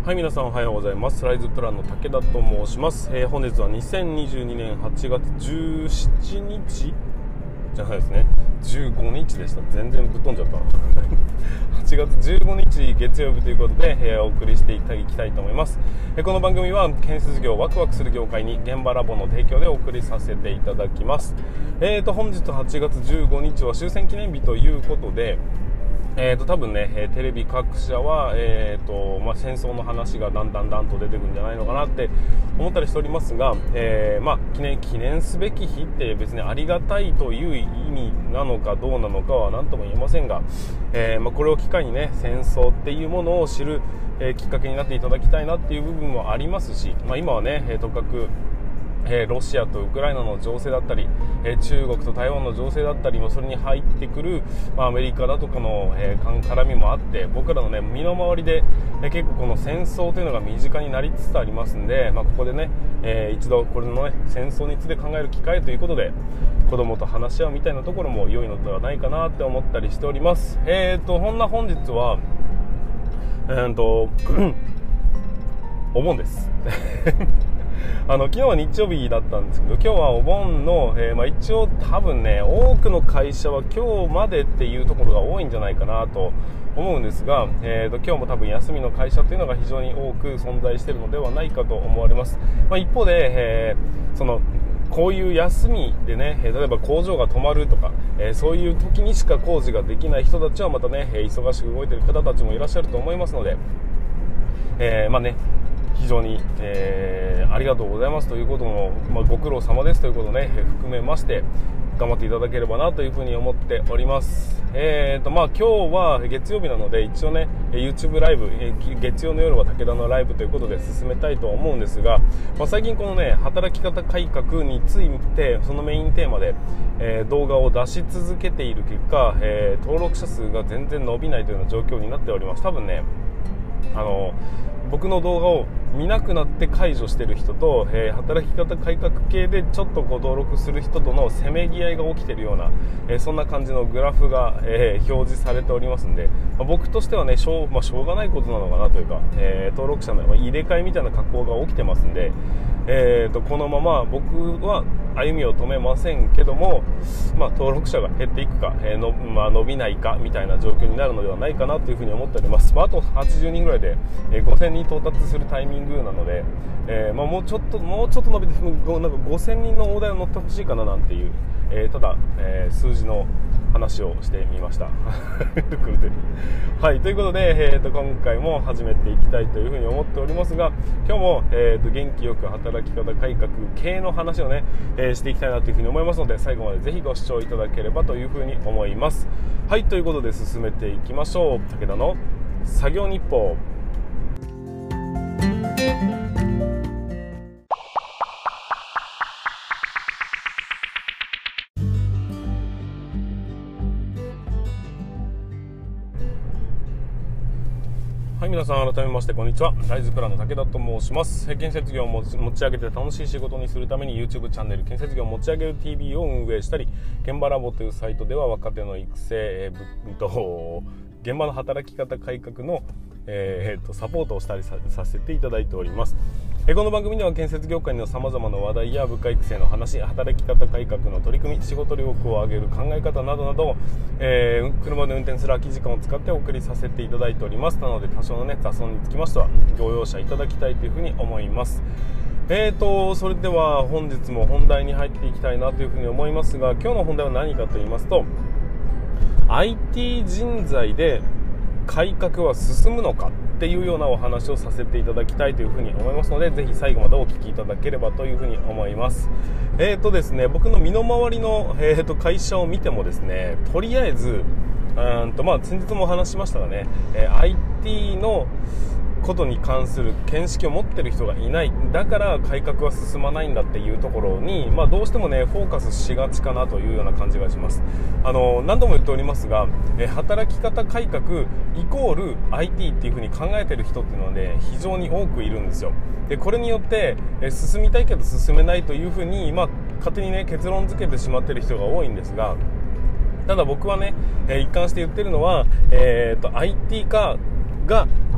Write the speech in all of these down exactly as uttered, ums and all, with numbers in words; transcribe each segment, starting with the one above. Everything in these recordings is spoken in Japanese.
はい、皆さんおはようございます。ライズプランの武田と申します。えー、本日はにせんにじゅうにねんはちがつじゅうしちにちじゃないですね、じゅうごにちでした。全然ぶっ飛んじゃったはちがつじゅうごにち月曜日ということで、えー、お送りしていきたいと思います。えー、この番組は建設業ワクワクする業界に現場ラボの提供でお送りさせていただきます。えーと本日はちがつじゅうごにちは終戦記念日ということで、えー、と多分ね、テレビ各社は、えーとまあ、戦争の話がだんだんだんと出てくるんじゃないのかなって思ったりしておりますが、えーまあ、記念、記念すべき日って別にありがたいという意味なのかどうなのかは何とも言えませんが、えーまあ、これを機会にね、戦争っていうものを知る、えー、きっかけになっていただきたいなっていう部分もありますし、まあ、今はね、とかくえー、ロシアとウクライナの情勢だったり、えー、中国と台湾の情勢だったりもそれに入ってくる、まあ、アメリカだとかの、えー、絡みもあって、僕らの、ね、身の回りで、えー、結構この戦争というのが身近になりつつありますんで、まあ、ここでね、えー、一度これの、ね、戦争について考える機会ということで子供と話し合うみたいなところも良いのではないかなって思ったりしております。えーとほんな本日はえーとお盆ですあの昨日は日曜日だったんですけど、今日はお盆の、えーまあ、一応多分ね、多くの会社は今日までっていうところが多いんじゃないかなと思うんですが、えー、と今日も多分休みの会社というのが非常に多く存在しているのではないかと思われます。まあ、一方で、えー、そのこういう休みでね、例えば工場が止まるとか、えー、そういう時にしか工事ができない人たちはまたね、忙しく動いている方たちもいらっしゃると思いますので、えー、まあね非常に、えー、ありがとうございますということの、まあ、ご苦労様ですということをね、えー、含めまして頑張っていただければなというふうに思っております。えーとまあ、今日は月曜日なので一応ね YouTube ライブ、えー、月曜の夜は武田のライブということで進めたいと思うんですが、まあ、最近このね働き方改革についてそのメインテーマで、えー、動画を出し続けている結果、えー、登録者数が全然伸びないというような状況になっております。多分ねあの僕の動画を見なくなって解除している人と、えー、働き方改革系でちょっとこう登録する人とのせめぎ合いが起きているような、えー、そんな感じのグラフが、えー、表示されておりますので、まあ、僕としてはねしょう、まあ、しょうがないことなのかなというか、えー、登録者の入れ替えみたいな格好が起きてますんで、えー、とこのまま僕は歩みを止めませんけども、まあ、登録者が減っていくか、えーのまあ、伸びないかみたいな状況になるのではないかなというふうに思っております。まあ、あとはちじゅうにんぐらいで、えー、ごせんにん到達するタイミングなので、えーまあ、もうちょっともうちょっと伸びてなんかごせんにんの大台を乗ってほしいかななんていう、えー、ただ、えー、数字の話をしてみましたはい、ということで、えー、と今回も始めていきたいというふうに思っておりますが、今日も、えー、と元気よく働き方改革系の話をね、えー、していきたいなというふうに思いますので、最後までぜひご視聴いただければというふうに思います。はい、ということで進めていきましょう。武田の作業日報。はい、皆さん改めましてこんにちは。ライズプランの武田と申します。建設業を持ち上げて楽しい仕事にするために YouTube チャンネル建設業を持ち上げる ティービー を運営したり、現場ラボというサイトでは若手の育成、えー、と現場の働き方改革の、えー、とサポートをしたり さ, させていただいております。えー、この番組では建設業界の様々な話題や部下育成の話、働き方改革の取り組み、仕事力を上げる考え方などなど、えー、車で運転する空き時間を使ってお送りさせていただいております。なので多少の、ね、雑音につきましてはご容赦いただきたいというふうに思います。えーとそれでは本日も本題に入っていきたいなというふうに思いますが、今日の本題は何かと言いますと、 アイティー 人材で改革は進むのかっていうようなお話をさせていただきたいというふうに思いますので、ぜひ最後までお聞きいただければというふうに思います。えーとですね僕の身の回りの、えー、と会社を見てもですね、とりあえずうんとまあ先日もお話しましたがね、えー、アイティー のことに関する見識を持っている人がいない、だから改革は進まないんだっていうところに、まあ、どうしてもねフォーカスしがちかなというような感じがします。あの何度も言っておりますが、え働き方改革イコール アイティー っていう風に考えている人っていうのはね非常に多くいるんですよ。でこれによって、え進みたいけど進めないという風に、まあ、勝手にね結論付けてしまっている人が多いんですが、ただ僕はね、えー、一貫して言ってるのは、えーと、アイティー 化が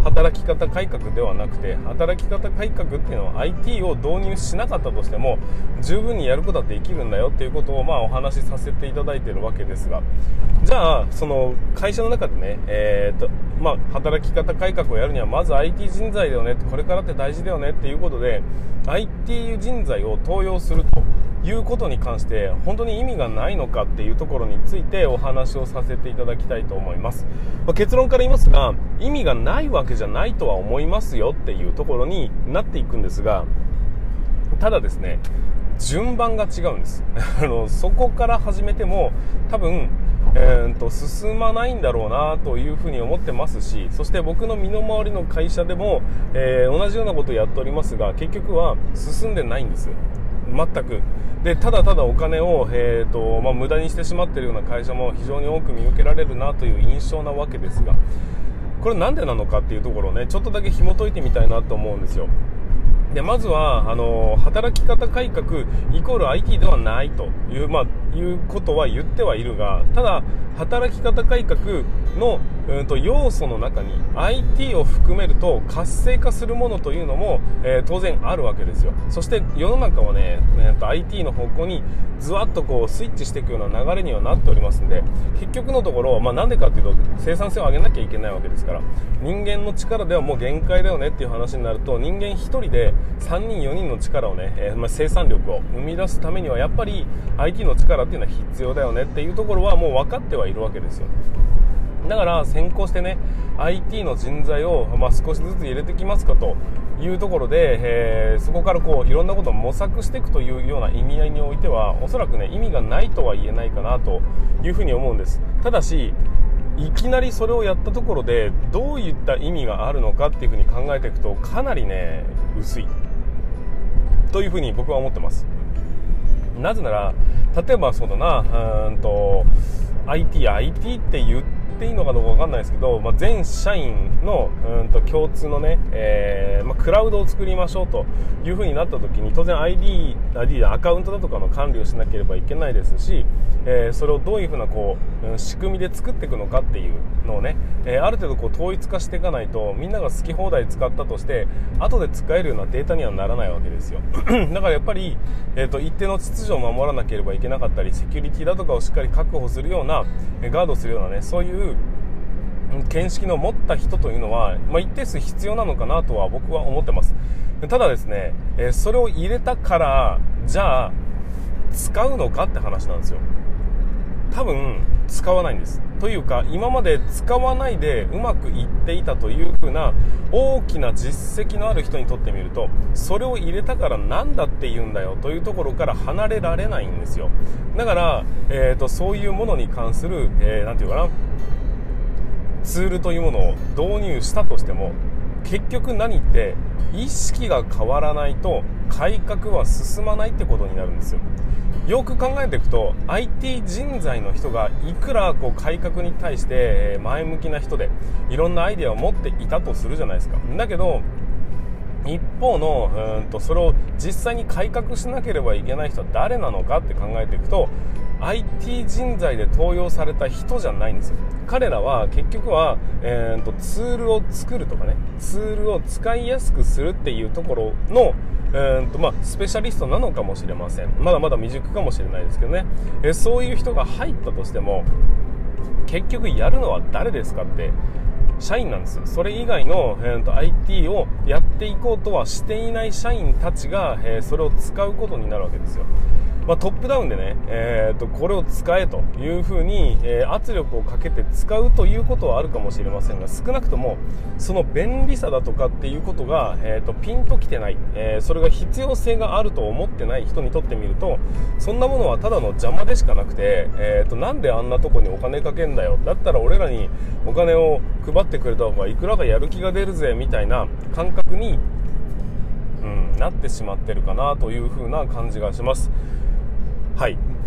働き方改革ではなくて、働き方改革っていうのは アイティー を導入しなかったとしても十分にやることはできるんだよっていうことをまあお話しさせていただいているわけですが、じゃあその会社の中でね、えーとまあ、働き方改革をやるにはまず アイティー 人材だよね、これからって大事だよねっていうことで アイティー 人材を登用するということに関して本当に意味がないのかっていうところについてお話をさせていただきたいと思います。まあ、結論から言いますが、意味がないわけじゃないとは思いますよっていうところになっていくんですが、ただですね、順番が違うんですあのそこから始めても多分、えー、と進まないんだろうなというふうに思ってますし、そして僕の身の回りの会社でも、えー、同じようなことをやっておりますが、結局は進んでないんです、全く。でただただお金を、えーとまあ、無駄にしてしまっているような会社も非常に多く見受けられるなという印象なわけですが、これなんでなのかっていうところをね、ちょっとだけ紐解いてみたいなと思うんですよ。でまずはあの働き方改革イコール アイティー ではないという、まあ、いうことは言ってはいるが、ただ働き方改革の、うん、と要素の中に アイティー を含めると活性化するものというのも、えー、当然あるわけですよ。そして世の中はね、えー、と アイティー の方向にずわっとこうスイッチしていくような流れにはなっておりますので、結局のところ、まあ、なんでかというと生産性を上げなきゃいけないわけですから、人間の力ではもう限界だよねっていう話になると、人間一人でさんにんよにんの力をね、えーまあ、生産力を生み出すためにはやっぱり アイティー の力っていうのは必要だよねっていうところはもう分かってはいるわけですよ。だから先行してね アイティー の人材を、まあ、少しずつ入れてきますかというところで、えー、そこからこういろんなことを模索していくというような意味合いにおいてはおそらくね意味がないとは言えないかなというふうに思うんです。ただしいきなりそれをやったところでどういった意味があるのかっていうふうに考えていくとかなりね薄いというふうに僕は思ってます。なぜなら例えばそうだなうーんと アイティー アイティー って言っていいのかどうか分かんないですけど、まあ、全社員のうんと共通のね、えーまあ、クラウドを作りましょうというふうになった時に当然 アイディー、アイディー アカウントだとかの管理をしなければいけないですし、えー、それをどういうふうなこう、うん、仕組みで作っていくのかっていうのをね、えー、ある程度こう統一化していかないとみんなが好き放題使ったとして後で使えるようなデータにはならないわけですよだからやっぱり、えーと、一定の秩序を守らなければいけなかったりセキュリティだとかをしっかり確保するようなガードするようなねそういう見識の持った人というのは、まあ、一定数必要なのかなとは僕は思ってます。ただですね、えー、それを入れたからじゃあ使うのかって話なんですよ。多分使わないんです。というか今まで使わないでうまくいっていたというふうな大きな実績のある人にとってみるとそれを入れたからなんだって言うんだよというところから離れられないんですよ。だから、えーと、そういうものに関する、えー、なんていうかなツールというものを導入したとしても結局何って意識が変わらないと改革は進まないってことになるんですよ。よく考えていくと アイティー 人材の人がいくらこう改革に対して前向きな人でいろんなアイデアを持っていたとするじゃないですか。だけど一方のうんとそれを実際に改革しなければいけない人は誰なのかって考えていくと アイティー 人材で登用された人じゃないんですよ。彼らは結局は、えー、とツールを作るとかねツールを使いやすくするっていうところの、えーとまあ、スペシャリストなのかもしれません。まだまだ未熟かもしれないですけどね、えー、そういう人が入ったとしても結局やるのは誰ですかって社員なんです。それ以外の、えー、と アイティー をやっていこうとはしていない社員たちが、えー、それを使うことになるわけですよ。まあ、トップダウンでね、えー、とこれを使えというふうに、えー、圧力をかけて使うということはあるかもしれませんが少なくともその便利さだとかっていうことが、えー、とピンときてない、えー、それが必要性があると思ってない人にとってみるとそんなものはただの邪魔でしかなくて、えー、となんであんなとこにお金かけんだよだったら俺らにお金を配ってくれた方がいくらかやる気が出るぜみたいな感覚に、うん、なってしまってるかなというふうな感じがします。はい。で、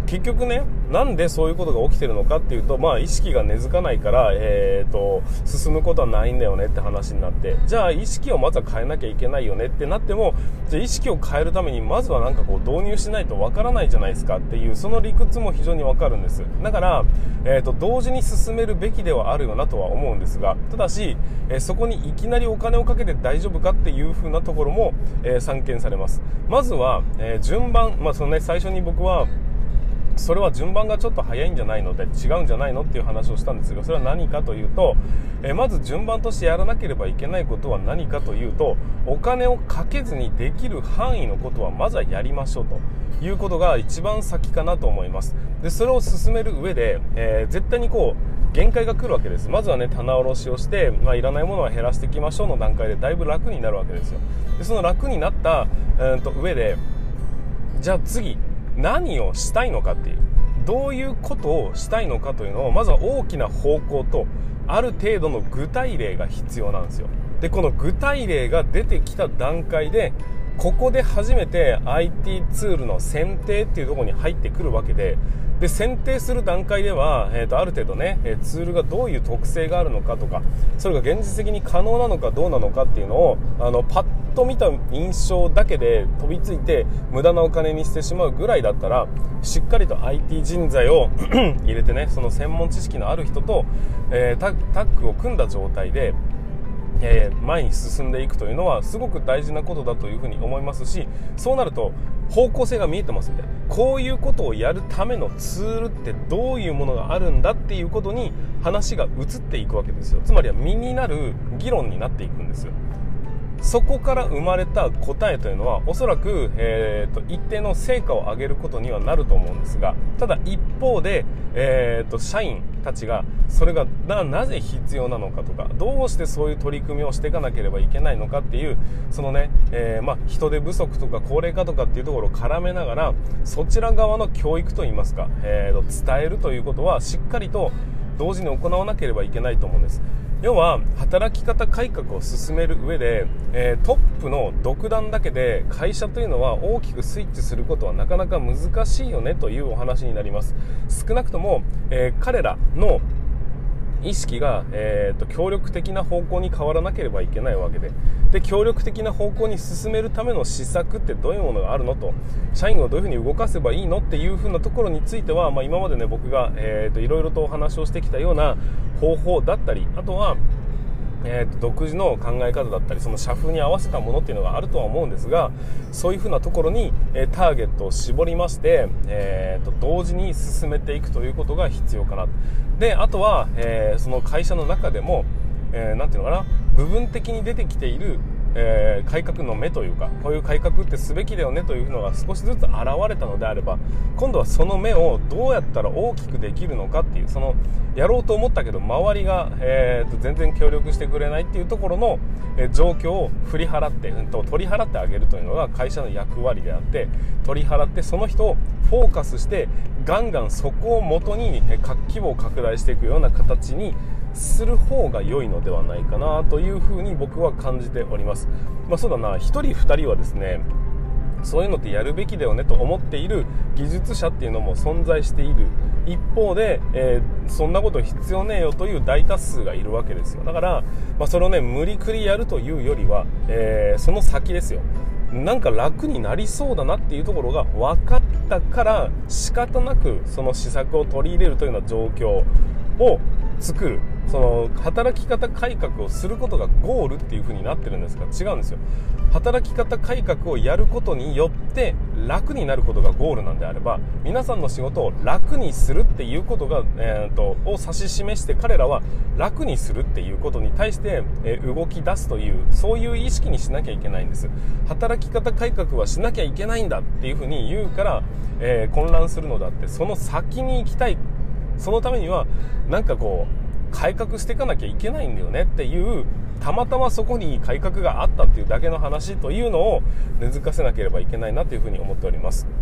結局ね、なんでそういうことが起きてるのかっていうと、まあ意識が根付かないから、えーと、進むことはないんだよねって話になって、じゃあ意識をまずは変えなきゃいけないよねってなっても、じゃあ意識を変えるためにまずはなんかこう導入しないとわからないじゃないですかっていう、その理屈も非常にわかるんです。だから、えーと、同時に進めるべきではあるよなとは思うんですが、ただし、えー、そこにいきなりお金をかけて大丈夫かっていう風なところも、えー、散見されます。まずは、えー、順番、まあそのね、最初に僕はそれは順番がちょっと早いんじゃないので違うんじゃないのっていう話をしたんですが、それは何かというと、えまず順番としてやらなければいけないことは何かというと、お金をかけずにできる範囲のことはまずはやりましょうということが一番先かなと思います。でそれを進める上で、えー、絶対にこう限界が来るわけです。まずはね、棚卸しをして、まあ、いらないものは減らしていきましょうの段階でだいぶ楽になるわけですよ。でその楽になった、えー、と上で、じゃあ次何をしたいのかっていう、どういうことをしたいのかというのを、まずは大きな方向とある程度の具体例が必要なんですよ。でこの具体例が出てきた段階で、ここで初めて アイティー ツールの選定っていうところに入ってくるわけで、で選定する段階では、えー、とある程度ね、ツールがどういう特性があるのかとか、それが現実的に可能なのかどうなのかっていうのを、あのパッと見た印象だけで飛びついて無駄なお金にしてしまうぐらいだったら、しっかりと アイティー 人材を入れてね、その専門知識のある人と、えー、タ, タッグを組んだ状態でえー、前に進んでいくというのはすごく大事なことだというふうに思いますし、そうなると方向性が見えてますんで、こういうことをやるためのツールってどういうものがあるんだっていうことに話が移っていくわけですよ。つまりは身になる議論になっていくんですよ。そこから生まれた答えというのはおそらく、えー、と一定の成果を上げることにはなると思うんですが、ただ一方で、えー、と社員たちがそれが な, なぜ必要なのかとか、どうしてそういう取り組みをしていかなければいけないのかっていう、そのね、えーまあ、人手不足とか高齢化とかっていうところを絡めながら、そちら側の教育といいますか、えー、と伝えるということはしっかりと同時に行わなければいけないと思うんです。要は働き方改革を進める上で、えー、トップの独断だけで会社というのは大きくスイッチすることはなかなか難しいよねというお話になります。少なくとも、えー、彼らの意識が、えー、と協力的な方向に変わらなければいけないわけで、で協力的な方向に進めるための施策ってどういうものがあるのと、社員をどういうふうに動かせばいいのっていうふうなところについては、まあ、今までね僕が、えー、といろいろとお話をしてきたような方法だったり、あとはえー、と独自の考え方だったり、その社風に合わせたものっていうのがあるとは思うんですが、そういうふうなところに、えー、ターゲットを絞りまして、えー、と同時に進めていくということが必要かな。であとは、えー、その会社の中でも、えー、なんていうのかな、部分的に出てきているえー、改革の目というか、こういう改革ってすべきだよねというのが少しずつ現れたのであれば、今度はその目をどうやったら大きくできるのかっていう、そのやろうと思ったけど周りが、えー、と全然協力してくれないっていうところの、えー、状況を振り払って、うん、と取り払ってあげるというのが会社の役割であって、取り払ってその人をフォーカスしてガンガンそこを元に、えー、規模を拡大していくような形にする方が良いのではないかなというふうに僕は感じております。まあ、そうだな、ひとりふたりはですね、そういうのってやるべきだよねと思っている技術者っていうのも存在している一方で、えー、そんなこと必要ねえよという大多数がいるわけですよ。だから、まあ、それをね無理くりやるというよりは、えー、その先ですよ。なんか楽になりそうだなっていうところが分かったから仕方なくその施策を取り入れるというような状況を作る、その働き方改革をすることがゴールっていう風になってるんですが、違うんですよ。働き方改革をやることによって楽になることがゴールなんであれば、皆さんの仕事を楽にするっていうことが、えー、とを指し示して、彼らは楽にするっていうことに対して、えー、動き出すという、そういう意識にしなきゃいけないんです。働き方改革はしなきゃいけないんだっていう風に言うから、えー、混乱するのだって、その先に行きたい、そのためにはなんかこう改革していかなきゃいけないんだよねっていう、たまたまそこに改革があったっていうだけの話というのを根付かせなければいけないなというふうに思っております。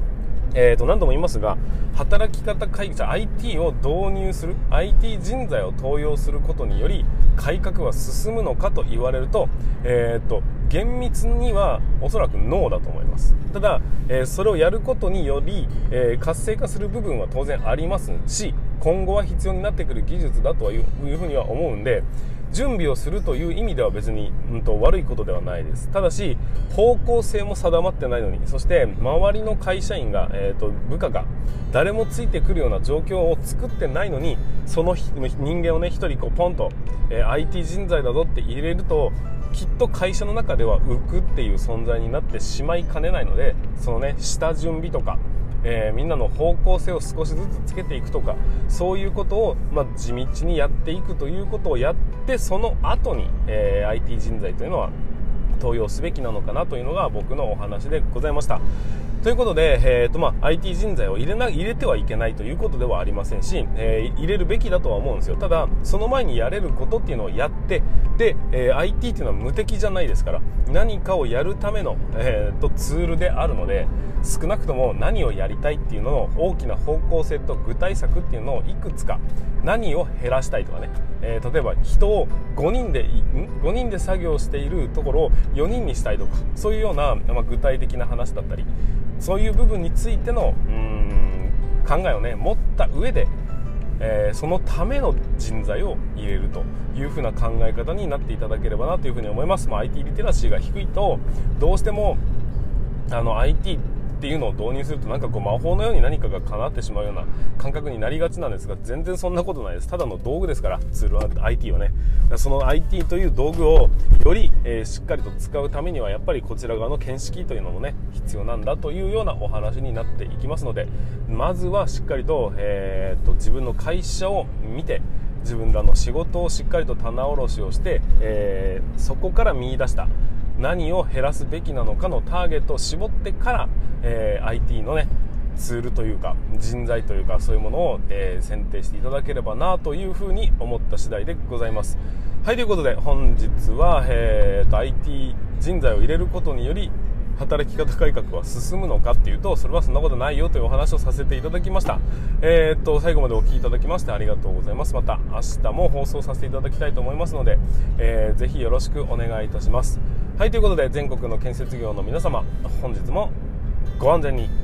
えー、と何度も言いますが、働き方改革、 アイティー を導入する アイティー 人材を登用することにより改革は進むのかと言われると、えー、と厳密にはおそらくノーだと思います。ただ、えー、それをやることにより、えー、活性化する部分は当然ありますし、今後は必要になってくる技術だというふうには思うんで、準備をするという意味では別に、うん、と悪いことではないです。ただし方向性も定まってないのに、そして周りの会社員が、えー、と部下が誰もついてくるような状況を作ってないのに、その人間をね一人こうポンと、えー、アイティー 人材だぞって入れると、きっと会社の中では浮くっていう存在になってしまいかねないので、そのね下準備とか、えー、みんなの方向性を少しずつつけていくとか、そういうことを、まあ、地道にやっていくということをやって、その後に、えー、アイティー 人材というのは登用すべきなのかなというのが僕のお話でございました。ということで、えーとまあ、アイティー 人材を入れな、入れてはいけないということではありませんし、えー、入れるべきだとは思うんですよ。ただその前にやれることっていうのをやって、で、えー、アイティー っていうのは無敵じゃないですから、何かをやるための、えーとツールであるので、少なくとも何をやりたいっていうのの大きな方向性と具体策っていうのをいくつか、何を減らしたいとかね、えー、例えば人をごにんでごにんで作業しているところをよにんにしたいとか、そういうような、まあ、具体的な話だったり、そういう部分についてのうーん考えをね持った上で、えー、そのための人材を入れるというふうな考え方になっていただければなというふうに思います。まあ、アイティー リテラシーが低いとどうしてもあの アイティー っていうのを導入するとなんかこう魔法のように何かが叶ってしまうような感覚になりがちなんですが、全然そんなことないです。ただの道具ですから、ツールは アイティー はね。その アイティー という道具をより、えー、しっかりと使うためにはやっぱりこちら側の見識というのもね必要なんだというようなお話になっていきますので、まずはしっかりと、えー、っと自分の会社を見て、自分らの仕事をしっかりと棚卸しをして、えー、そこから見出した何を減らすべきなのかのターゲットを絞ってから、えー、アイティー のねツールというか人材というかそういうものを、えー、選定していただければなというふうに思った次第でございます。はい、ということで本日は、えー、と アイティー 人材を入れることにより働き方改革は進むのかっていうと、それはそんなことないよというお話をさせていただきました。えー、っと最後までお聞きいただきましてありがとうございます。また明日も放送させていただきたいと思いますので、えー、ぜひよろしくお願いいたします。はい、ということで全国の建設業の皆様、本日もご安全に。